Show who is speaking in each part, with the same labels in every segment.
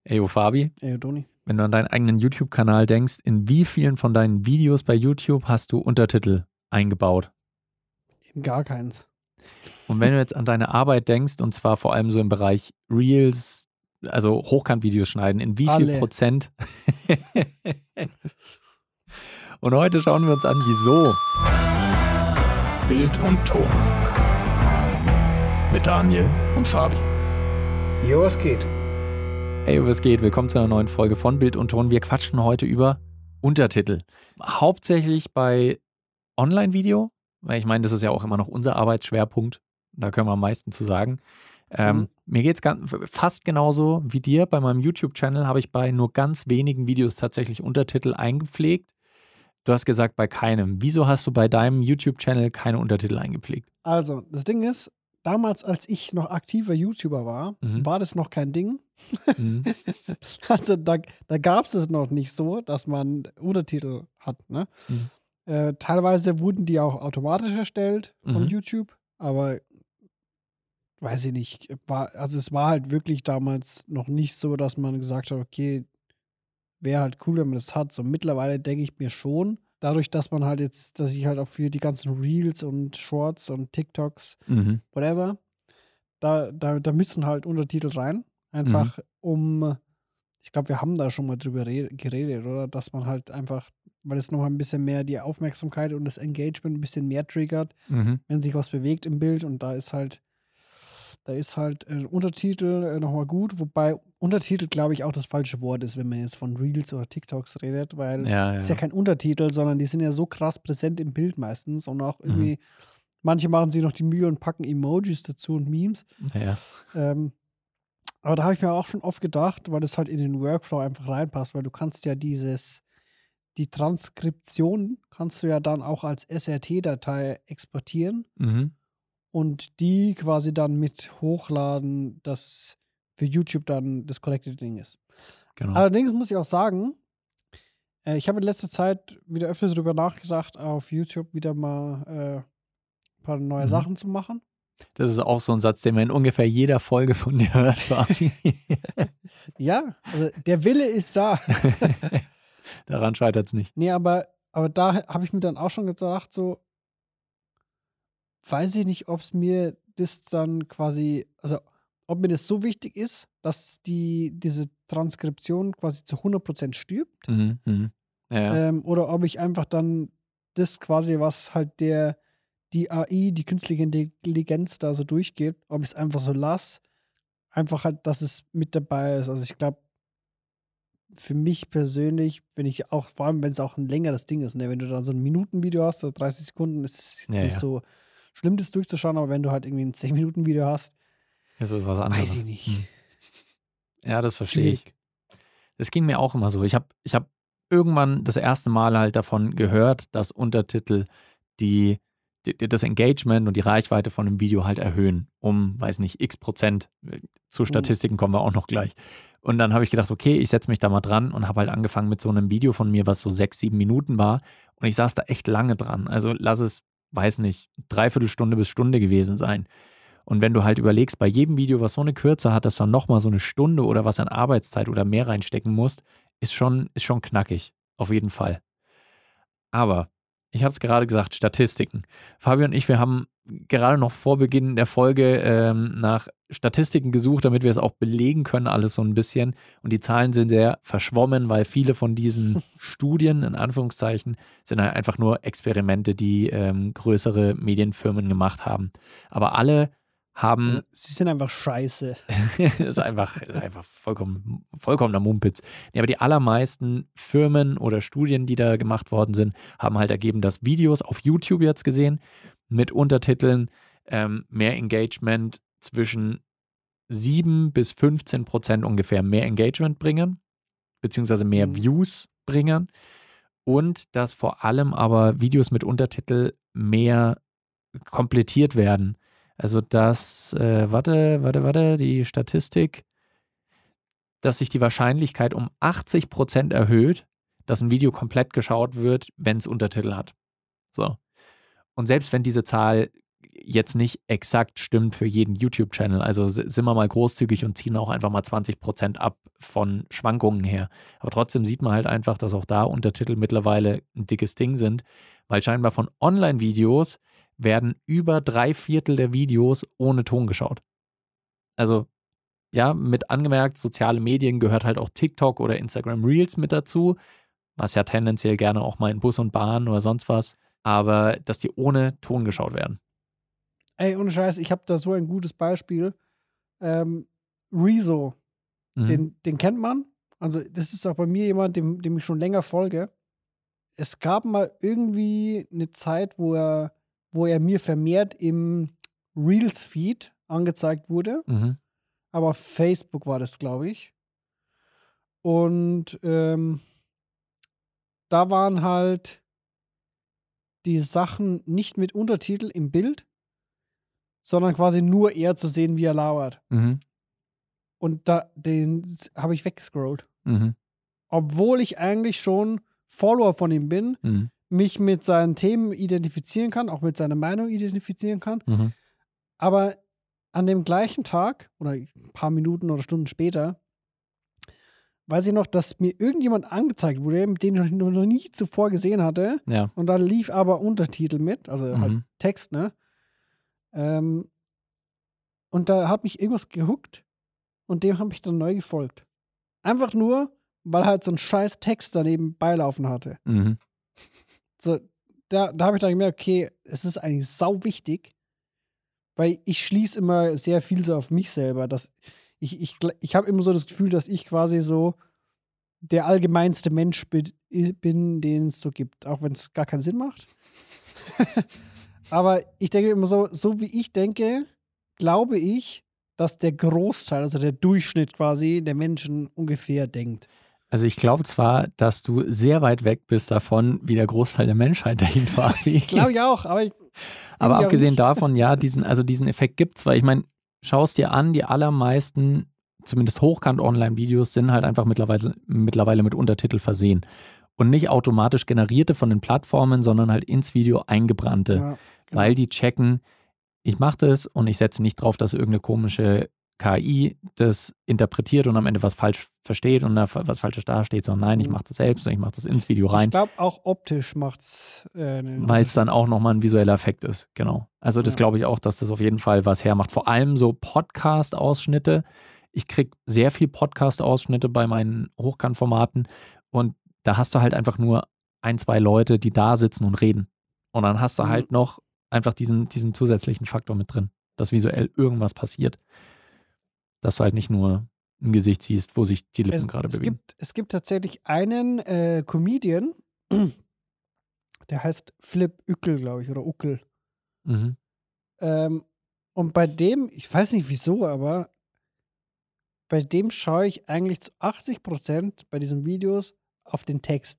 Speaker 1: Eyo Fabi,
Speaker 2: Ey, Toni.
Speaker 1: wenn du an deinen eigenen YouTube-Kanal denkst, in wie vielen von deinen Videos bei YouTube hast du Untertitel eingebaut?
Speaker 2: In gar keins.
Speaker 1: Und wenn du jetzt an deine Arbeit denkst, und zwar vor allem so im Bereich Reels, also Hochkant-Videos schneiden, in wie viel
Speaker 2: Alle.
Speaker 1: Prozent? Und heute schauen wir uns an, wieso.
Speaker 3: Bild und Ton. Mit Daniel und Fabi.
Speaker 2: Jo, was geht?
Speaker 1: Hey, was geht? Willkommen zu einer neuen Folge von Bild und Ton. Wir quatschen heute über Untertitel. Hauptsächlich bei Online-Video, weil ich meine, das ist ja auch immer noch unser Arbeitsschwerpunkt. Da können wir am meisten zu sagen. Mir geht es fast genauso wie dir. Bei meinem YouTube-Channel habe ich bei nur ganz wenigen Videos tatsächlich Untertitel eingepflegt. Du hast gesagt, bei keinem. Wieso hast du bei deinem YouTube-Channel keine Untertitel eingepflegt?
Speaker 2: Also, das Ding ist, damals, als ich noch aktiver YouTuber war, war das noch kein Ding.
Speaker 1: Mhm.
Speaker 2: Also, da gab es noch nicht so, dass man Untertitel hat. Ne? Teilweise wurden die auch automatisch erstellt von YouTube, aber weiß ich nicht. Es war halt wirklich damals noch nicht so, dass man gesagt hat, okay, wäre halt cool, wenn man das hat. So mittlerweile denke ich mir schon, dadurch, dass man halt jetzt, dass ich halt auch für die ganzen Reels und Shorts und TikToks, whatever, da müssen halt Untertitel rein. Einfach ich glaube, wir haben da schon mal drüber geredet, oder? Dass man halt einfach, weil es nochmal ein bisschen mehr die Aufmerksamkeit und das Engagement ein bisschen mehr triggert, wenn sich was bewegt im Bild, und da ist halt Untertitel nochmal gut, wobei Untertitel, glaube ich, auch das falsche Wort ist, wenn man jetzt von Reels oder TikToks redet, weil es ist ja kein Untertitel, sondern die sind ja so krass präsent im Bild meistens, und auch irgendwie, manche machen sich noch die Mühe und packen Emojis dazu und Memes.
Speaker 1: Ja.
Speaker 2: Aber da habe ich mir auch schon oft gedacht, weil das halt in den Workflow einfach reinpasst, weil du kannst ja die Transkription kannst du ja dann auch als SRT-Datei exportieren. Und die quasi dann mit hochladen, dass für YouTube dann das korrekte Ding ist.
Speaker 1: Genau.
Speaker 2: Allerdings muss ich auch sagen, ich habe in letzter Zeit wieder öfter darüber nachgedacht, auf YouTube wieder mal ein paar neue Sachen zu machen.
Speaker 1: Das ist auch so ein Satz, den man in ungefähr jeder Folge von dir hört, Fabi.
Speaker 2: Ja, also der Wille ist da.
Speaker 1: Daran scheitert es nicht.
Speaker 2: Nee, aber da habe ich mir dann auch schon gedacht, so, weiß ich nicht, ob es mir das dann quasi, also ob mir das so wichtig ist, dass diese Transkription quasi zu 100% stirbt.
Speaker 1: Ja.
Speaker 2: Oder ob ich einfach dann das quasi, was halt die AI, die künstliche Intelligenz da so durchgibt, ob ich es einfach so lasse, einfach halt, dass es mit dabei ist. Also ich glaube, für mich persönlich, wenn ich auch, vor allem wenn es auch ein längeres Ding ist, ne, wenn du dann so ein Minutenvideo hast, oder 30 Sekunden, ist es jetzt nicht so schlimm, das durchzuschauen, aber wenn du halt irgendwie ein 10-Minuten-Video hast,
Speaker 1: Das ist was anderes.
Speaker 2: weiß ich nicht.
Speaker 1: Ja, das verstehe ich. Das ging mir auch immer so. Ich hab irgendwann das erste Mal halt davon gehört, dass Untertitel das Engagement und die Reichweite von einem Video halt erhöhen, um, weiß nicht, x%. Zu Statistiken kommen wir auch noch gleich. Und dann habe ich gedacht, okay, ich setze mich da mal dran und habe halt angefangen mit so einem Video von mir, was so 6-7 Minuten war. Und ich saß da echt lange dran. Also lass es, weiß nicht, 3/4 Stunde bis Stunde gewesen sein. Und wenn du halt überlegst, bei jedem Video, was so eine Kürze hat, dass du dann nochmal so eine Stunde oder was an Arbeitszeit oder mehr reinstecken musst, ist schon knackig. Auf jeden Fall. Aber ich habe es gerade gesagt, Statistiken. Fabi und ich, wir haben gerade noch vor Beginn der Folge nach Statistiken gesucht, damit wir es auch belegen können, alles so ein bisschen. Und die Zahlen sind sehr verschwommen, weil viele von diesen Studien, in Anführungszeichen, sind halt einfach nur Experimente, die größere Medienfirmen gemacht haben. Aber alle haben.
Speaker 2: Sie sind einfach scheiße.
Speaker 1: Das ist einfach vollkommener Mumpitz. Ja, aber die allermeisten Firmen oder Studien, die da gemacht worden sind, haben halt ergeben, dass Videos auf YouTube jetzt gesehen mit Untertiteln mehr Engagement zwischen 7-15% ungefähr mehr Engagement bringen, beziehungsweise mehr Views bringen, und dass vor allem aber Videos mit Untertitel mehr komplettiert werden. Also dass, die Statistik, dass sich die Wahrscheinlichkeit um 80% erhöht, dass ein Video komplett geschaut wird, wenn es Untertitel hat. So. Und selbst wenn diese Zahl jetzt nicht exakt stimmt für jeden YouTube-Channel. Also sind wir mal großzügig und ziehen auch einfach mal 20% ab von Schwankungen her. Aber trotzdem sieht man halt einfach, dass auch da Untertitel mittlerweile ein dickes Ding sind, weil scheinbar von Online-Videos werden über 3/4 der Videos ohne Ton geschaut. Also ja, mit angemerkt, soziale Medien gehört halt auch TikTok oder Instagram Reels mit dazu, was ja tendenziell gerne auch mal in Bus und Bahn oder sonst was, aber dass die ohne Ton geschaut werden.
Speaker 2: Ey, ohne Scheiß, ich habe da so ein gutes Beispiel. Rezo, den kennt man. Also das ist auch bei mir jemand, dem ich schon länger folge. Es gab mal irgendwie eine Zeit, wo er mir vermehrt im Reels-Feed angezeigt wurde. Aber auf Facebook war das, glaube ich. Und da waren halt die Sachen nicht mit Untertitel im Bild, sondern quasi nur er zu sehen, wie er labert. Und den habe ich weggescrollt. Obwohl ich eigentlich schon Follower von ihm bin, mich mit seinen Themen identifizieren kann, auch mit seiner Meinung identifizieren kann. Aber an dem gleichen Tag oder ein paar Minuten oder Stunden später weiß ich noch, dass mir irgendjemand angezeigt wurde, den ich noch nie zuvor gesehen hatte.
Speaker 1: Ja.
Speaker 2: Und da lief aber Untertitel mit, also halt Text, ne? Und da hat mich irgendwas gehuckt und dem habe ich dann neu gefolgt. Einfach nur, weil halt so ein scheiß Text daneben beilaufen hatte. So, da habe ich dann gemerkt, okay, es ist eigentlich sau wichtig, weil ich schließe immer sehr viel so auf mich selber, dass ich habe immer so das Gefühl, dass ich quasi so der allgemeinste Mensch bin, den es so gibt, auch wenn es gar keinen Sinn macht. Aber ich denke immer so wie ich denke, glaube ich, dass der Großteil, also der Durchschnitt quasi der Menschen ungefähr denkt.
Speaker 1: Also ich glaube zwar, dass du sehr weit weg bist davon, wie der Großteil der Menschheit denkt, Fabi.
Speaker 2: Glaube ich auch,
Speaker 1: aber abgesehen davon, ja, diesen Effekt gibt es, weil ich meine, schau es dir an, die allermeisten, zumindest Hochkant-Online-Videos, sind halt einfach mittlerweile mit Untertitel versehen. Und nicht automatisch generierte von den Plattformen, sondern halt ins Video eingebrannte. Ja, genau. Weil die checken, ich mache das und ich setze nicht drauf, dass irgendeine komische KI das interpretiert und am Ende was falsch versteht und da was Falsches dasteht, sondern nein, ich mache das selbst und ich mache das ins Video rein.
Speaker 2: Ich glaube, auch optisch macht's.
Speaker 1: Weil es dann auch nochmal ein visueller Effekt ist, genau. Also das glaube ich auch, dass das auf jeden Fall was hermacht. Vor allem so Podcast-Ausschnitte. Ich kriege sehr viel Podcast-Ausschnitte bei meinen Hochkant-Formaten und da hast du halt einfach nur 1, 2 Leute, die da sitzen und reden. Und dann hast du halt noch einfach diesen zusätzlichen Faktor mit drin, dass visuell irgendwas passiert. Dass du halt nicht nur ein Gesicht siehst, wo sich die Lippen gerade bewegen.
Speaker 2: Es gibt tatsächlich einen Comedian, der heißt Philipp Uckel, glaube ich, oder Uckel. Und bei dem, ich weiß nicht wieso, aber bei dem schaue ich eigentlich zu 80% bei diesen Videos auf den Text.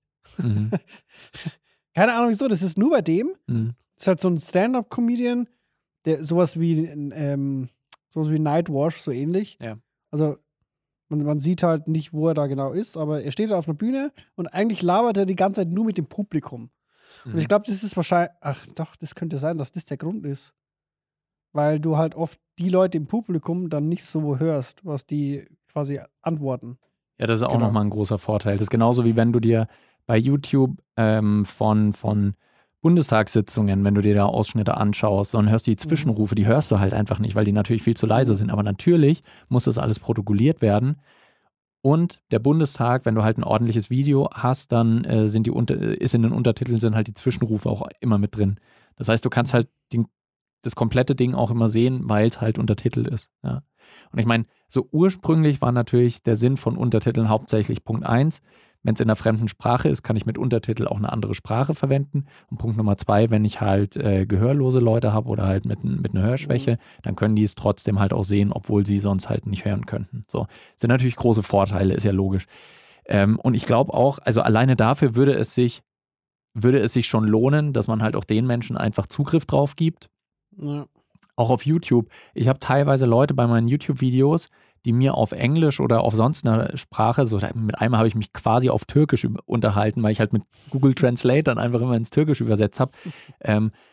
Speaker 2: Keine Ahnung wieso, das ist nur bei dem. Das ist halt so ein Stand-up-Comedian, der sowas wie Nightwash, so ähnlich.
Speaker 1: Ja.
Speaker 2: Also man sieht halt nicht, wo er da genau ist, aber er steht da auf einer Bühne und eigentlich labert er die ganze Zeit nur mit dem Publikum. Und ich glaube, das ist wahrscheinlich, das könnte sein, dass das der Grund ist. Weil du halt oft die Leute im Publikum dann nicht so hörst, was die quasi antworten.
Speaker 1: Ja, das ist auch nochmal ein großer Vorteil. Das ist genauso wie wenn du dir bei YouTube von Bundestagssitzungen, wenn du dir da Ausschnitte anschaust, dann hörst du die Zwischenrufe, die hörst du halt einfach nicht, weil die natürlich viel zu leise sind. Aber natürlich muss das alles protokolliert werden. Und der Bundestag, wenn du halt ein ordentliches Video hast, dann ist in den Untertiteln sind halt die Zwischenrufe auch immer mit drin. Das heißt, du kannst halt das komplette Ding auch immer sehen, weil es halt Untertitel ist. Ja. Und ich meine, so ursprünglich war natürlich der Sinn von Untertiteln hauptsächlich Punkt 1, wenn es in einer fremden Sprache ist, kann ich mit Untertitel auch eine andere Sprache verwenden. Und Punkt Nummer 2, wenn ich halt gehörlose Leute habe oder halt mit einer Hörschwäche, dann können die es trotzdem halt auch sehen, obwohl sie sonst halt nicht hören könnten. So, sind natürlich große Vorteile, ist ja logisch. Und ich glaube auch, also alleine dafür würde es sich schon lohnen, dass man halt auch den Menschen einfach Zugriff drauf gibt.
Speaker 2: Ja.
Speaker 1: Auch auf YouTube. Ich habe teilweise Leute bei meinen YouTube-Videos, die mir auf Englisch oder auf sonst einer Sprache, so mit einem habe ich mich quasi auf Türkisch unterhalten, weil ich halt mit Google Translate dann einfach immer ins Türkisch übersetzt habe,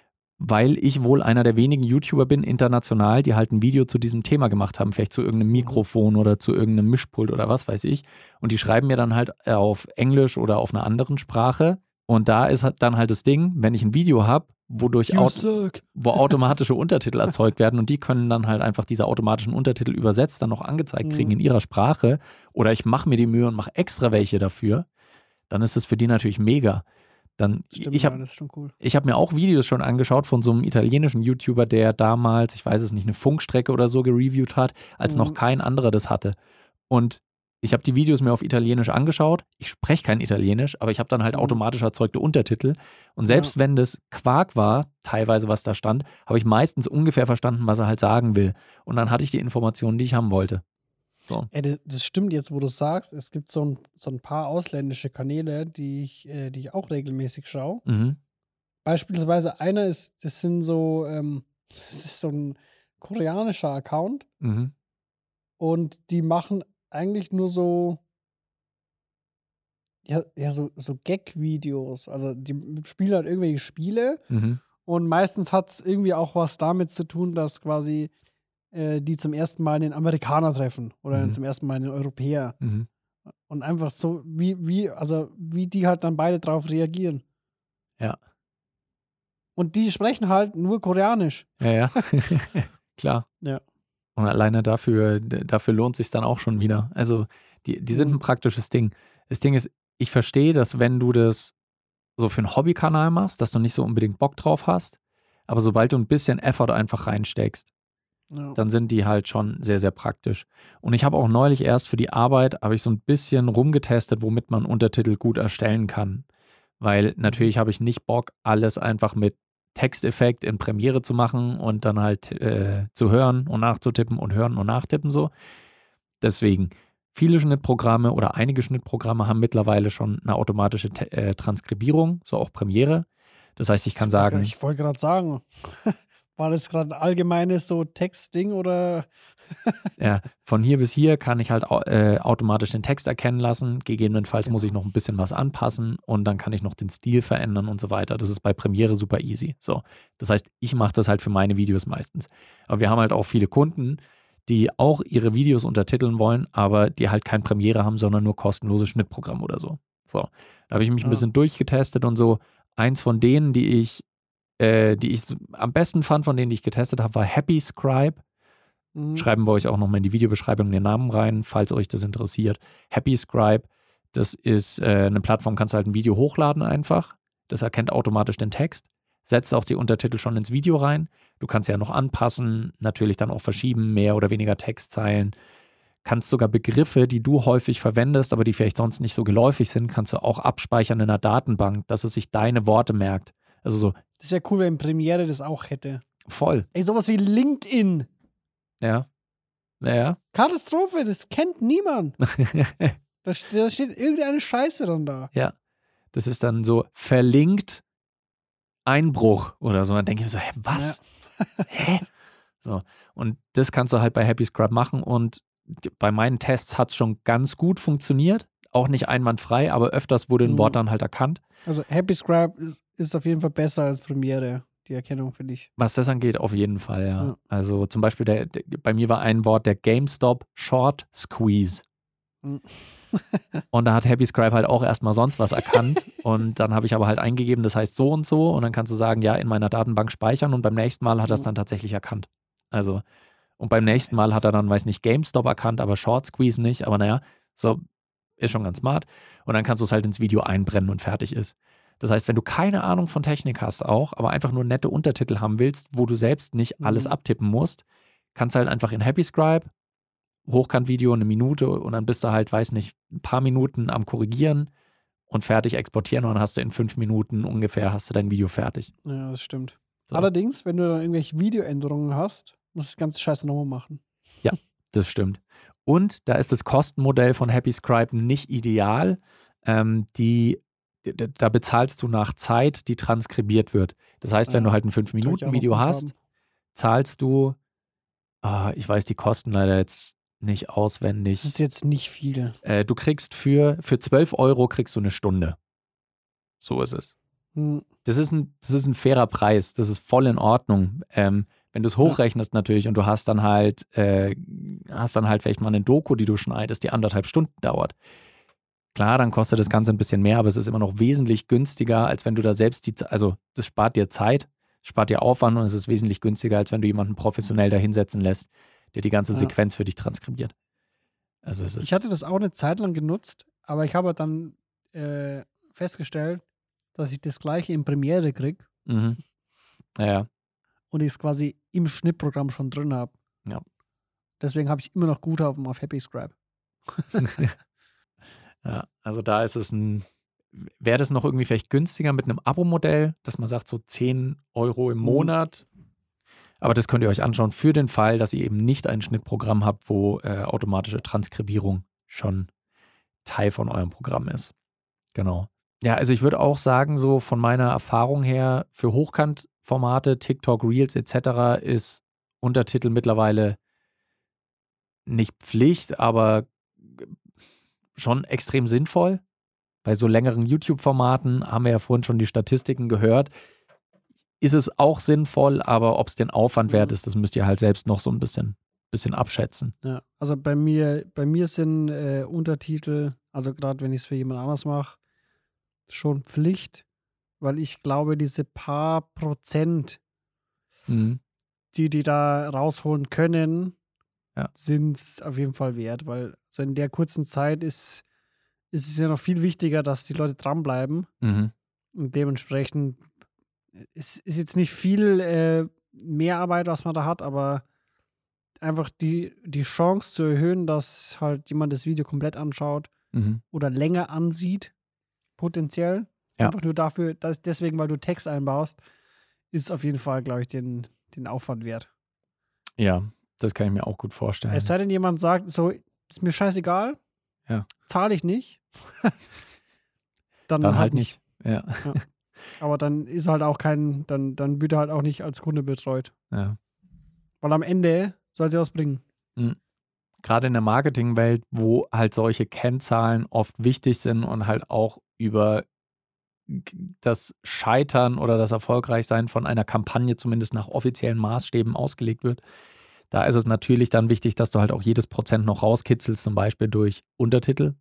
Speaker 1: weil ich wohl einer der wenigen YouTuber bin, international, die halt ein Video zu diesem Thema gemacht haben, vielleicht zu irgendeinem Mikrofon oder zu irgendeinem Mischpult oder was weiß ich. Und die schreiben mir dann halt auf Englisch oder auf einer anderen Sprache. Und da ist dann halt das Ding, wenn ich ein Video habe, wo automatische Untertitel erzeugt werden und die können dann halt einfach diese automatischen Untertitel übersetzt dann noch angezeigt kriegen in ihrer Sprache oder ich mache mir die Mühe und mache extra welche dafür, dann ist es für die natürlich mega. Dann,
Speaker 2: Stimmt,
Speaker 1: ich
Speaker 2: das ist schon cool.
Speaker 1: Ich habe mir auch Videos schon angeschaut von so einem italienischen YouTuber, der damals, ich weiß es nicht, eine Funkstrecke oder so gereviewt hat, als noch kein anderer das hatte. Und ich habe die Videos mir auf Italienisch angeschaut. Ich spreche kein Italienisch, aber ich habe dann halt automatisch erzeugte Untertitel. Und selbst wenn das Quark war, teilweise was da stand, habe ich meistens ungefähr verstanden, was er halt sagen will. Und dann hatte ich die Informationen, die ich haben wollte. So.
Speaker 2: Das stimmt jetzt, wo du sagst. Es gibt so ein paar ausländische Kanäle, die ich auch regelmäßig schaue. Beispielsweise einer das ist so ein koreanischer Account. Und die machen eigentlich nur so Gag-Videos. Also die spielen halt irgendwelche Spiele und meistens hat es irgendwie auch was damit zu tun, dass quasi die zum ersten Mal einen Amerikaner treffen oder zum ersten Mal einen Europäer. Und einfach so, wie die halt dann beide drauf reagieren.
Speaker 1: Ja.
Speaker 2: Und die sprechen halt nur Koreanisch.
Speaker 1: Ja. Klar.
Speaker 2: Ja.
Speaker 1: Und alleine dafür lohnt sich dann auch schon wieder. Also die sind ein praktisches Ding. Das Ding ist, ich verstehe, dass wenn du das so für einen Hobbykanal machst, dass du nicht so unbedingt Bock drauf hast, aber sobald du ein bisschen Effort einfach reinsteckst, dann sind die halt schon sehr, sehr praktisch. Und ich habe auch neulich erst für die Arbeit, habe ich so ein bisschen rumgetestet, womit man Untertitel gut erstellen kann. Weil natürlich habe ich nicht Bock, alles einfach mit Texteffekt in Premiere zu machen und dann halt zu hören und nachzutippen und hören und nachtippen so. Deswegen, viele Schnittprogramme oder einige Schnittprogramme haben mittlerweile schon eine automatische Transkribierung, so auch Premiere. Das heißt, ich kann sagen...
Speaker 2: Ich wollte gerade sagen, war das gerade ein allgemeines so Textding oder...
Speaker 1: Ja, von hier bis hier kann ich halt automatisch den Text erkennen lassen. Gegebenenfalls muss ich noch ein bisschen was anpassen und dann kann ich noch den Stil verändern und so weiter. Das ist bei Premiere super easy. So, das heißt, ich mache das halt für meine Videos meistens. Aber wir haben halt auch viele Kunden, die auch ihre Videos untertiteln wollen, aber die halt kein Premiere haben, sondern nur kostenloses Schnittprogramm oder so. So, da habe ich mich ein bisschen durchgetestet und so. Eins von denen, die ich am besten fand, von denen, die ich getestet habe, war Happy Scribe. Schreiben wir euch auch nochmal in die Videobeschreibung den Namen rein, falls euch das interessiert. Happy Scribe, das ist eine Plattform, kannst du halt ein Video hochladen einfach. Das erkennt automatisch den Text, setzt auch die Untertitel schon ins Video rein. Du kannst ja noch anpassen, natürlich dann auch verschieben, mehr oder weniger Textzeilen. Kannst sogar Begriffe, die du häufig verwendest, aber die vielleicht sonst nicht so geläufig sind, kannst du auch abspeichern in einer Datenbank, dass es sich deine Worte merkt. Also so.
Speaker 2: Das wäre cool, wenn Premiere das auch hätte.
Speaker 1: Voll.
Speaker 2: Ey, sowas wie LinkedIn.
Speaker 1: Ja.
Speaker 2: Katastrophe, das kennt niemand. Da steht irgendeine Scheiße dann da.
Speaker 1: Ja. Das ist dann so verlinkt Einbruch oder so. Dann denke ich mir so, was? Ja. Hä? So. Und das kannst du halt bei Happy Scribe machen und bei meinen Tests hat es schon ganz gut funktioniert. Auch nicht einwandfrei, aber öfters wurde ein Wort dann halt erkannt.
Speaker 2: Also Happy Scribe ist auf jeden Fall besser als Premiere, die Erkennung, finde ich.
Speaker 1: Was das angeht, auf jeden Fall, ja. Also zum Beispiel, bei mir war ein Wort der GameStop Short Squeeze. Und da hat Happy Scribe halt auch erstmal sonst was erkannt. Und dann habe ich aber halt eingegeben, das heißt so und so. Und dann kannst du sagen, ja, in meiner Datenbank speichern. Und beim nächsten Mal hat er es dann tatsächlich erkannt. Also, und beim nächsten Mal hat er dann, weiß nicht, GameStop erkannt, aber Short Squeeze nicht. Aber naja, so ist schon ganz smart. Und dann kannst du es halt ins Video einbrennen und fertig ist. Das heißt, wenn du keine Ahnung von Technik hast auch, aber einfach nur nette Untertitel haben willst, wo du selbst nicht alles abtippen musst, kannst du halt einfach in Happy Scribe, Hochkant-Video, 1 Minute und dann bist du halt, weiß nicht, ein paar Minuten am Korrigieren und fertig exportieren und dann hast du in 5 Minuten ungefähr hast du dein Video fertig.
Speaker 2: Ja, das stimmt.
Speaker 1: So.
Speaker 2: Allerdings, wenn du dann irgendwelche Videoänderungen hast, musst du das ganze Scheiße nochmal machen.
Speaker 1: Ja, das stimmt. Und da ist das Kostenmodell von Happy Scribe nicht ideal. Da bezahlst du nach Zeit, die transkribiert wird. Das heißt, wenn du halt ein 5-Minuten-Video hast, zahlst du, ich weiß die Kosten leider jetzt nicht auswendig.
Speaker 2: Das ist jetzt nicht viel.
Speaker 1: Du kriegst für 12 € kriegst du 1 Stunde. So ist es. Das ist ein fairer Preis. Das ist voll in Ordnung. Wenn du es hochrechnest natürlich und du hast dann halt vielleicht mal eine Doku, die du schneidest, die 1,5 Stunden dauert. Klar, dann kostet das Ganze ein bisschen mehr, aber es ist immer noch wesentlich günstiger, als wenn du da selbst also das spart dir Zeit, spart dir Aufwand und es ist wesentlich günstiger, als wenn du jemanden professionell da hinsetzen lässt, der die ganze Sequenz für dich transkribiert. Also
Speaker 2: ich hatte das auch eine Zeit lang genutzt, aber ich habe dann festgestellt, dass ich das gleiche in Premiere kriege.
Speaker 1: Mhm. Ja.
Speaker 2: Und ich es quasi im Schnittprogramm schon drin habe.
Speaker 1: Ja.
Speaker 2: Deswegen habe ich immer noch Guthaben auf HappyScribe.
Speaker 1: Ja, also da ist es wäre das noch irgendwie vielleicht günstiger mit einem Abo-Modell, dass man sagt so 10 € im Monat. Aber das könnt ihr euch anschauen für den Fall, dass ihr eben nicht ein Schnittprogramm habt, wo automatische Transkribierung schon Teil von eurem Programm ist. Genau. Ja, also ich würde auch sagen, so von meiner Erfahrung her, für Hochkantformate, TikTok, Reels etc. ist Untertitel mittlerweile nicht Pflicht, aber schon extrem sinnvoll. Bei so längeren YouTube-Formaten haben wir ja vorhin schon die Statistiken gehört. Ist es auch sinnvoll, aber ob es den Aufwand wert ist, das müsst ihr halt selbst noch so ein bisschen abschätzen.
Speaker 2: Ja, also bei mir sind Untertitel, also gerade wenn ich es für jemand anders mache, schon Pflicht, weil ich glaube, diese paar Prozent, die da rausholen können, sind es auf jeden Fall wert, weil so in der kurzen Zeit ist es ja noch viel wichtiger, dass die Leute dranbleiben. Und dementsprechend ist jetzt nicht viel Mehrarbeit, was man da hat, aber einfach die Chance zu erhöhen, dass halt jemand das Video komplett anschaut oder länger ansieht, potenziell.
Speaker 1: Ja.
Speaker 2: Einfach nur dafür, deswegen, weil du Text einbaust, ist auf jeden Fall, glaube ich, den Aufwand wert.
Speaker 1: Ja, das kann ich mir auch gut vorstellen.
Speaker 2: Es sei denn, jemand sagt, so, ist mir scheißegal, zahle ich nicht. dann halt nicht.
Speaker 1: Ja.
Speaker 2: Aber dann ist halt auch dann wird er halt auch nicht als Kunde betreut.
Speaker 1: Ja.
Speaker 2: Weil am Ende soll sie was bringen.
Speaker 1: Gerade in der Marketingwelt, wo halt solche Kennzahlen oft wichtig sind und halt auch über das Scheitern oder das Erfolgreichsein von einer Kampagne zumindest nach offiziellen Maßstäben ausgelegt wird, da ist es natürlich dann wichtig, dass du halt auch jedes Prozent noch rauskitzelst, zum Beispiel durch Untertitel.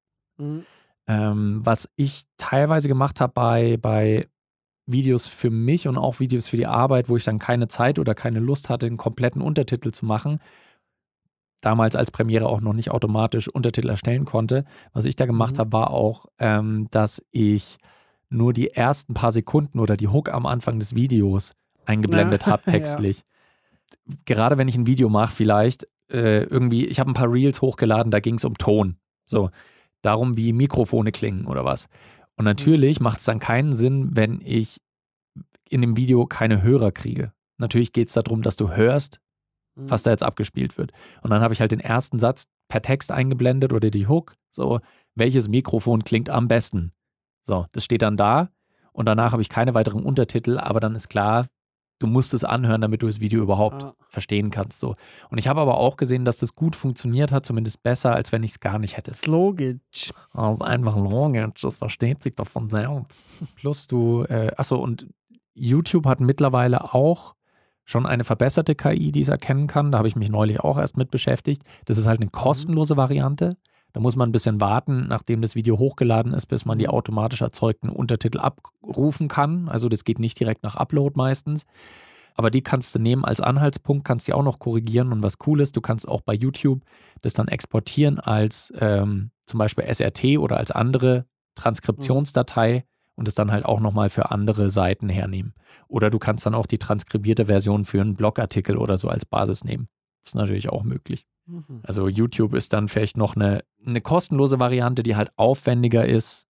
Speaker 1: Was ich teilweise gemacht habe bei Videos für mich und auch Videos für die Arbeit, wo ich dann keine Zeit oder keine Lust hatte, einen kompletten Untertitel zu machen, damals als Premiere auch noch nicht automatisch Untertitel erstellen konnte. Was ich da gemacht habe, war auch, dass ich nur die ersten paar Sekunden oder die Hook am Anfang des Videos eingeblendet habe, textlich. Gerade wenn ich ein Video mache, vielleicht irgendwie, ich habe ein paar Reels hochgeladen, da ging es um Ton. So, darum, wie Mikrofone klingen oder was. Und natürlich macht es dann keinen Sinn, wenn ich in dem Video keine Hörer kriege. Natürlich geht es darum, dass du hörst, was da jetzt abgespielt wird. Und dann habe ich halt den ersten Satz per Text eingeblendet oder die Hook. So, welches Mikrofon klingt am besten? So, das steht dann da und danach habe ich keine weiteren Untertitel, aber dann ist klar, du musst es anhören, damit du das Video überhaupt verstehen kannst. So. Und ich habe aber auch gesehen, dass das gut funktioniert hat, zumindest besser, als wenn ich es gar nicht hätte.
Speaker 2: Das ist logisch.
Speaker 1: Das ist einfach logisch, das versteht sich doch von selbst. Plus und YouTube hat mittlerweile auch schon eine verbesserte KI, die es erkennen kann. Da habe ich mich neulich auch erst mit beschäftigt. Das ist halt eine kostenlose Variante. Da muss man ein bisschen warten, nachdem das Video hochgeladen ist, bis man die automatisch erzeugten Untertitel abrufen kann. Also das geht nicht direkt nach Upload meistens. Aber die kannst du nehmen als Anhaltspunkt, kannst die auch noch korrigieren. Und was cool ist, du kannst auch bei YouTube das dann exportieren als zum Beispiel SRT oder als andere Transkriptionsdatei und es dann halt auch nochmal für andere Seiten hernehmen. Oder du kannst dann auch die transkribierte Version für einen Blogartikel oder so als Basis nehmen. Das ist natürlich auch möglich. Also YouTube ist dann vielleicht noch eine kostenlose Variante, die halt aufwendiger ist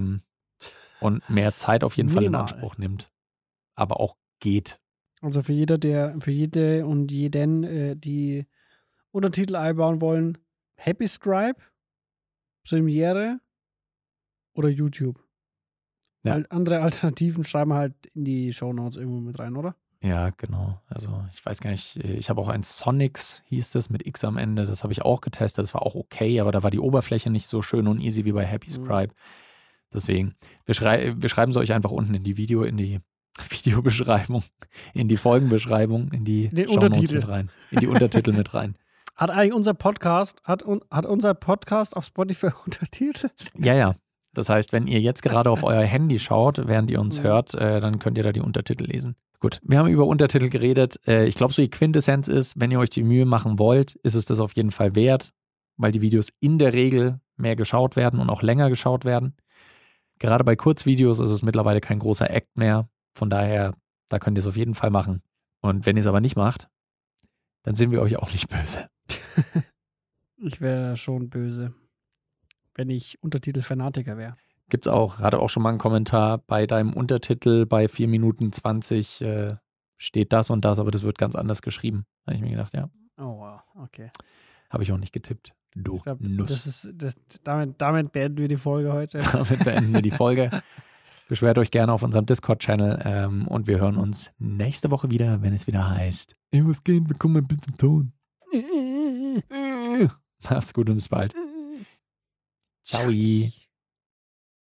Speaker 1: und mehr Zeit auf jeden Fall in Anspruch nimmt. Aber auch geht.
Speaker 2: Also für jede und jeden, die Untertitel einbauen wollen, HappyScribe, Premiere oder YouTube.
Speaker 1: Ja.
Speaker 2: Andere Alternativen schreiben wir halt in die Shownotes irgendwo mit rein, oder?
Speaker 1: Ja, genau. Also ich weiß gar nicht, ich habe auch ein Sonics, hieß das, mit X am Ende. Das habe ich auch getestet. Das war auch okay, aber da war die Oberfläche nicht so schön und easy wie bei HappyScribe. Deswegen, wir schreiben es euch einfach unten in die Videobeschreibung, in die Folgenbeschreibung, in die Shownotes mit rein, in die Untertitel mit rein.
Speaker 2: Hat eigentlich unser Podcast auf Spotify Untertitel?
Speaker 1: Ja. Das heißt, wenn ihr jetzt gerade auf euer Handy schaut, während ihr uns hört, dann könnt ihr da die Untertitel lesen. Gut, wir haben über Untertitel geredet. Ich glaube, so die Quintessenz ist, wenn ihr euch die Mühe machen wollt, ist es das auf jeden Fall wert, weil die Videos in der Regel mehr geschaut werden und auch länger geschaut werden. Gerade bei Kurzvideos ist es mittlerweile kein großer Act mehr. Von daher, da könnt ihr es auf jeden Fall machen. Und wenn ihr es aber nicht macht, dann sind wir euch auch nicht böse.
Speaker 2: Ich wäre schon böse, wenn ich Untertitel-Fanatiker wäre.
Speaker 1: Gibt's auch. Hatte auch schon mal einen Kommentar, bei deinem Untertitel bei 4 Minuten 20 steht das und das, aber das wird ganz anders geschrieben. Da habe ich mir gedacht, ja.
Speaker 2: Oh wow, okay.
Speaker 1: Habe ich auch nicht getippt. Du Nuss.
Speaker 2: Damit beenden wir die Folge heute.
Speaker 1: Damit beenden wir die Folge. Beschwert euch gerne auf unserem Discord-Channel und wir hören uns nächste Woche wieder, wenn es wieder heißt: Ey, was geht? Bekomm ein bisschen Ton. Macht's gut und bis bald. Ciao.